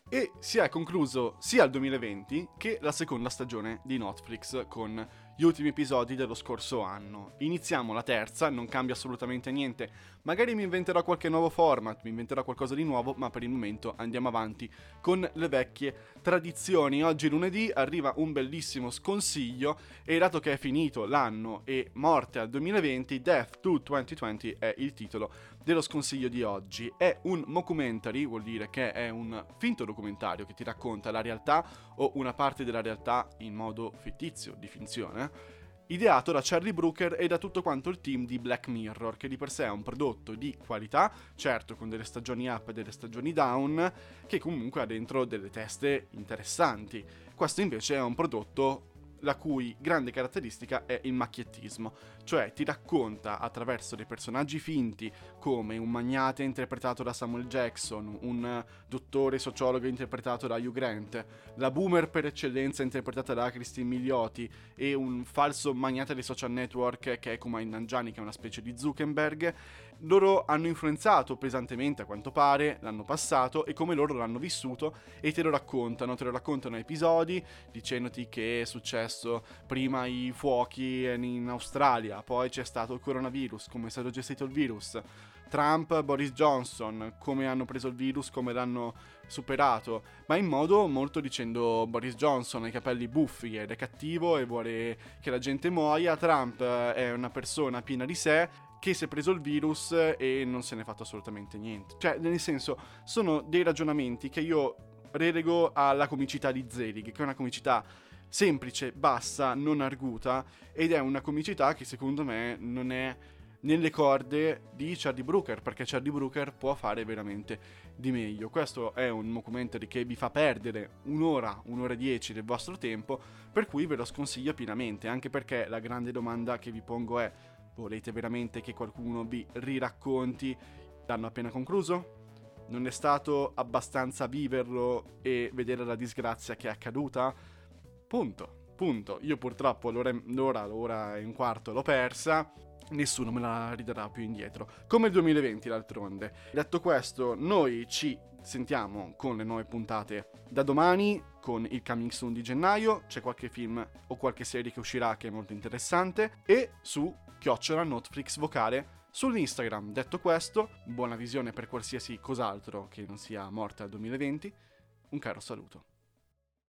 E si è concluso sia il 2020 che la seconda stagione di Netflix con gli ultimi episodi dello scorso anno. Iniziamo la terza, non cambia assolutamente niente, magari mi inventerò qualche nuovo format, mi inventerò qualcosa di nuovo, ma per il momento andiamo avanti con le vecchie tradizioni. Oggi lunedì arriva un bellissimo sconsiglio e dato che è finito l'anno e morte al 2020, Death to 2020 è il titolo dello sconsiglio di oggi. È un mockumentary, vuol dire che è un finto documentario che ti racconta la realtà o una parte della realtà in modo fittizio, di finzione, ideato da Charlie Brooker e da tutto quanto il team di Black Mirror, che di per sé è un prodotto di qualità, certo con delle stagioni up e delle stagioni down, che comunque ha dentro delle teste interessanti. Questo invece è un prodotto la cui grande caratteristica è il macchiettismo, cioè ti racconta attraverso dei personaggi finti come un magnate interpretato da Samuel Jackson, un dottore sociologo interpretato da Hugh Grant, la boomer per eccellenza interpretata da Christine Milioti e un falso magnate dei social network che è Kumail Nanjiani, che è una specie di Zuckerberg. Loro hanno influenzato pesantemente, a quanto pare, l'anno passato e come loro l'hanno vissuto e te lo raccontano a episodi dicendoti che è successo prima i fuochi in Australia, poi c'è stato il coronavirus, come è stato gestito il virus, Trump, Boris Johnson, come hanno preso il virus, come l'hanno superato, ma in modo molto dicendo Boris Johnson ha i capelli buffi ed è cattivo e vuole che la gente muoia, Trump è una persona piena di sé che si è preso il virus e non se ne è fatto assolutamente niente. Cioè, nel senso, sono dei ragionamenti che io relego alla comicità di Zelig, che è una comicità semplice, bassa, non arguta, ed è una comicità che secondo me non è nelle corde di Charlie Brooker, perché Charlie Brooker può fare veramente di meglio. Questo è un documentary che vi fa perdere un'ora e 10 del vostro tempo, per cui ve lo sconsiglio pienamente, anche perché la grande domanda che vi pongo è: volete veramente che qualcuno vi riracconti l'hanno appena concluso? Non è stato abbastanza viverlo e vedere la disgrazia che è accaduta? Punto. Io purtroppo l'ora e un quarto l'ho persa, nessuno me la ridarà più indietro. Come il 2020 d'altronde. Detto questo, noi ci sentiamo con le nuove puntate da domani, con il coming soon di gennaio, c'è qualche film o qualche serie che uscirà che è molto interessante, e su @Netflix vocale sull'Instagram. Detto questo, buona visione per qualsiasi cos'altro che non sia morte al 2020, un caro saluto.